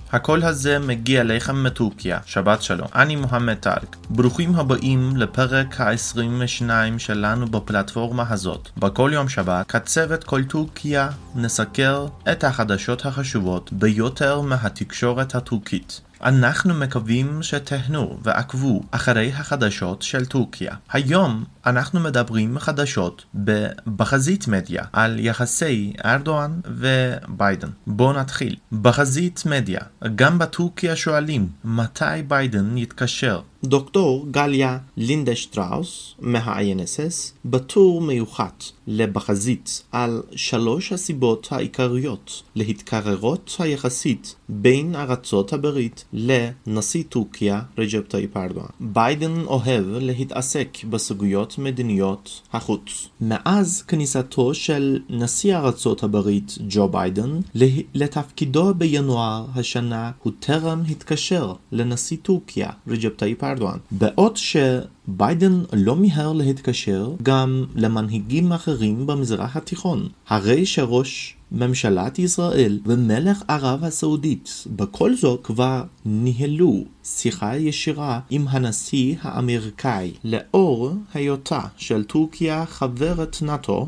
הקול הזה מגיע לכם מטורקיה. שבת שלום. אני מוחמד טארק. ברוכים הבאים לפרק ה-22 שלנו בפלטפורמה הזאת. בכל יום שבת, כצוות כל טורקיה נסקר את החדשות החשובות ביותר מהתקשורת הטורקית. אנחנו מקווים שתהנו ועקבו אחרי החדשות של טורקיה. היום אנחנו מדברים חדשות בחזית מדיה על יחסי ארדואן וביידן. בואו נתחיל. בחזית מדיה, גם בטורקיה שואלים מתי ביידן יתקשר. דוקטור גליה לינדשטראוס מה-INSS בטור מיוחד לבחזית על 3 הסיבות העיקריות להתקררות היחסית בין ארצות הברית לנשיא טורקיה רג'פ טאיפ ארדואן. ביידן אוהב להתעסק בסוגיות מדיניות החוץ. מאז כניסתו של נשיא ארצות הברית ג'ו ביידן לתפקידו בינואר השנה הוא טרם התקשר לנשיא טורקיה רג'פ טאיפ ארדואן. בעוד שביידן לא מיהר להתקשר גם למנהיגים אחרים במזרח התיכון. הרי שראש ממשלת ישראל ומלך ערב הסעודית בכל זאת כבר ניהלו שיחה ישירה עם הנשיא האמריקאי. לאור היותה של טורקיה חברת נאטו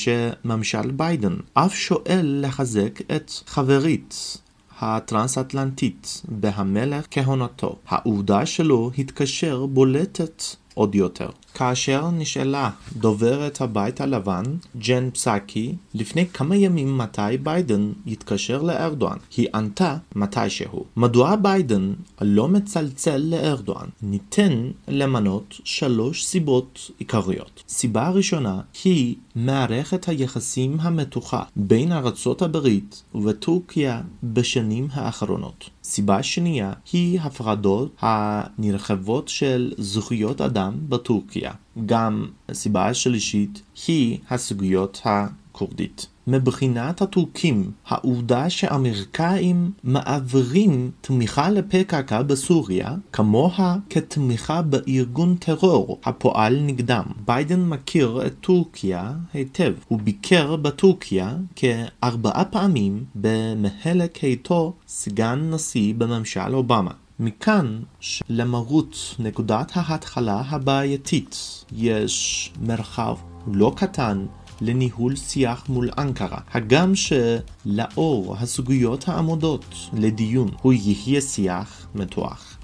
ושממשל ביידן אף שואל לחזק את חברית הטרנס-אטלנטית בהמלך כהונתו. העובדה שלו התקשר בולטת עוד יותר. כאשר נשאלה דוברת הבית הלבן, ג'ן פסקי, לפני כמה ימים מתי ביידן יתקשר לארדואן, היא ענתה מתישהו. מדוע ביידן לא מצלצל לארדואן? ניתן למנות 3 סיבות עיקריות. סיבה ראשונה היא מערכת היחסים המתוחה בין ארצות הברית וטורקיה בשנים האחרונות. סיבה שנייה היא הפרדות הנרחבות של זכויות אדם בטורקיה. גם סיבה שלישית היא הסוגיות הכורדית. מבחינת הטורקים, העובדה שאמריקאים מעבירים תמיכה לפק"ק בסוריה כמוה כתמיכה בארגון טרור הפועל נגדם. ביידן מכיר את טורקיה היטב. הוא ביקר בטורקיה כ4 פעמים במהלך היותו סגן נשיא בממשל אובמה. מכאן למרות נקודת ההתחלה הבעייתית יש מרחב לא קטן לניהול שיח מול אנקרה, הגם שלאור הסוגיות העמודות לדיון הוא יהיה שיח מתוח.